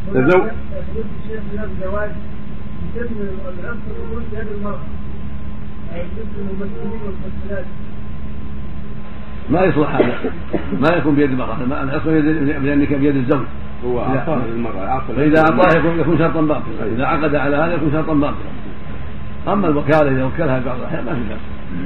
الزوج الشيخ من الزواج يتم العقد الأمور بيد المرأة أو يتم المسؤولين والمسؤولات. ما يصلح هذا، ما يكون بيد المرأة، العقد بيد الزوج. هو أعطاه للمرأة، فإذا أعطاه يكون شرطا باطلا، إذا عقد على هذا يكون شرطا باطلا. أما الوكالة إذا وكلها بعض الأحيان ما في بأس.